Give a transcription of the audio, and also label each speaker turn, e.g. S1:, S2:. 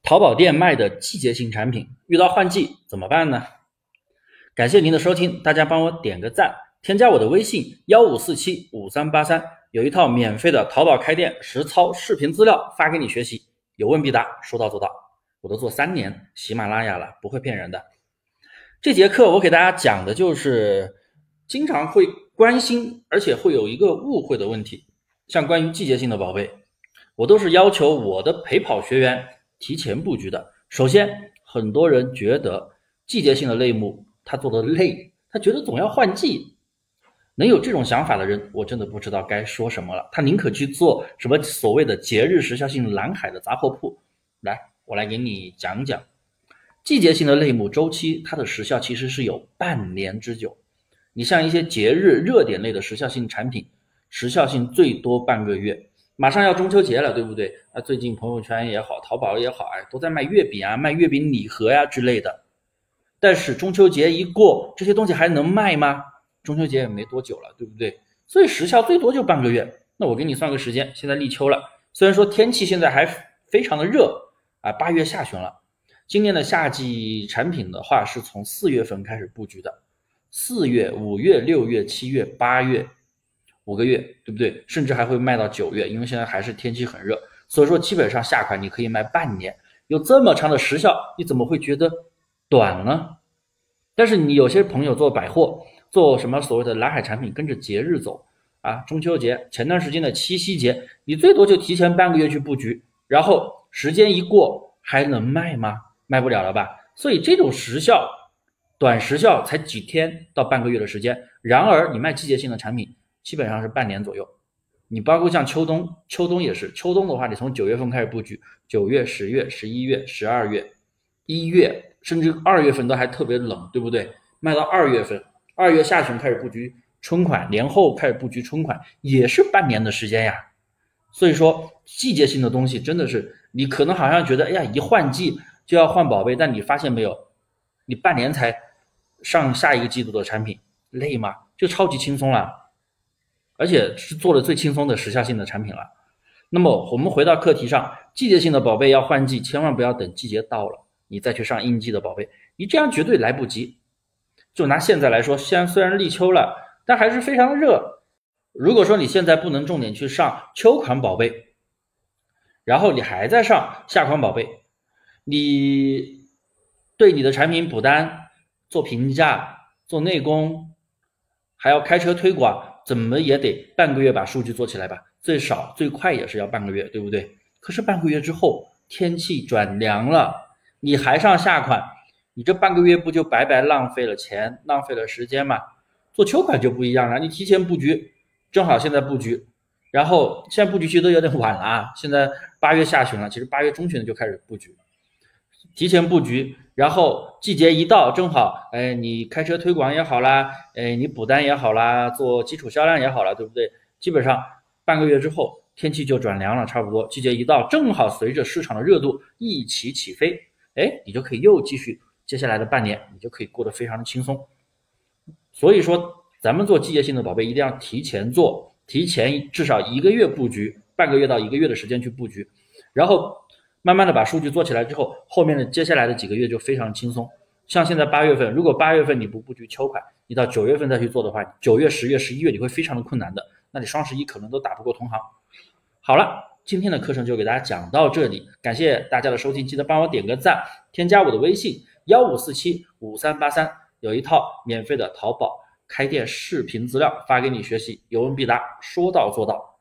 S1: 淘宝店卖的季节性产品，遇到换季怎么办呢？感谢您的收听，大家帮我点个赞，添加我的微信15475383，有一套免费的淘宝开店实操视频资料发给你学习，有问必答，说到做到。我都做3年喜马拉雅了，不会骗人的。这节课我给大家讲的就是经常会关心而且会有一个误会的问题，像关于季节性的宝贝，我都是要求我的陪跑学员提前布局的。首先，很多人觉得季节性的类目他做的累，他觉得总要换季。能有这种想法的人，我真的不知道该说什么了。他宁可去做什么所谓的节日时效性蓝海的杂货铺。来，我来给你讲讲季节性的类目周期，它的时效其实是有半年之久。你像一些节日热点类的时效性产品，时效性最多半个月。马上要中秋节了，对不对？最近朋友圈也好，淘宝也好，都在卖月饼啊，卖月饼礼盒呀之类的。但是中秋节一过，这些东西还能卖吗？中秋节也没多久了，对不对？所以时效最多就半个月。那我给你算个时间，现在立秋了，虽然说天气现在还非常的热，8月下旬了。今年的夏季产品的话，是从4月份开始布局的，4月、5月、6月、7月、8月，5个月，对不对？甚至还会卖到9月，因为现在还是天气很热，所以说基本上下款你可以卖半年，有这么长的时效，你怎么会觉得短呢？但是你有些朋友做百货，做什么所谓的蓝海产品，跟着节日走中秋节，前段时间的七夕节，你最多就提前半个月去布局，然后时间一过还能卖吗？卖不了了吧？所以这种时效，短时效才几天到半个月的时间，然而你卖季节性的产品基本上是半年左右。你包括像秋冬也是，秋冬的话你从9月份开始布局，9月、10月、11月、12月、1月，甚至2月份都还特别冷，对不对？卖到2月份，2月下旬开始布局春款，年后开始布局春款，也是半年的时间呀。所以说季节性的东西真的是，你可能好像觉得一换季就要换宝贝，但你发现没有，你半年才上下一个季度的产品，累吗？就超级轻松了，而且是做了最轻松的时效性的产品了。那么我们回到课题上，季节性的宝贝要换季，千万不要等季节到了你再去上应季的宝贝，你这样绝对来不及。就拿现在来说，现在虽然立秋了，但还是非常热。如果说你现在不能重点去上秋款宝贝，然后你还在上夏款宝贝，你对你的产品补单、做评价、做内功，还要开车推广，怎么也得半个月把数据做起来吧，最少最快也是要半个月，对不对？可是半个月之后天气转凉了，你还上夏款，你这半个月不就白白浪费了钱，浪费了时间吗？做秋款就不一样了，你提前布局，正好现在布局，然后现在布局其实都有点晚了现在8月下旬了，其实8月中旬就开始布局，提前布局，然后季节一到，正好你开车推广也好啦，你补单也好啦，做基础销量也好啦，对不对？基本上半个月之后天气就转凉了，差不多季节一到，正好随着市场的热度一起起飞，你就可以又继续接下来的半年，你就可以过得非常的轻松。所以说咱们做季节性的宝贝一定要提前做，提前至少1个月布局，半个月到1个月的时间去布局，然后慢慢的把数据做起来之后，后面的接下来的几个月就非常轻松。像现在8月份，如果8月份你不布局秋款，你到9月份再去做的话，9月、10月、11月你会非常的困难的，那你双11可能都打不过同行。好了，今天的课程就给大家讲到这里，感谢大家的收听，记得帮我点个赞，添加我的微信15475383，有一套免费的淘宝开店视频资料发给你学习，有问必答，说到做到。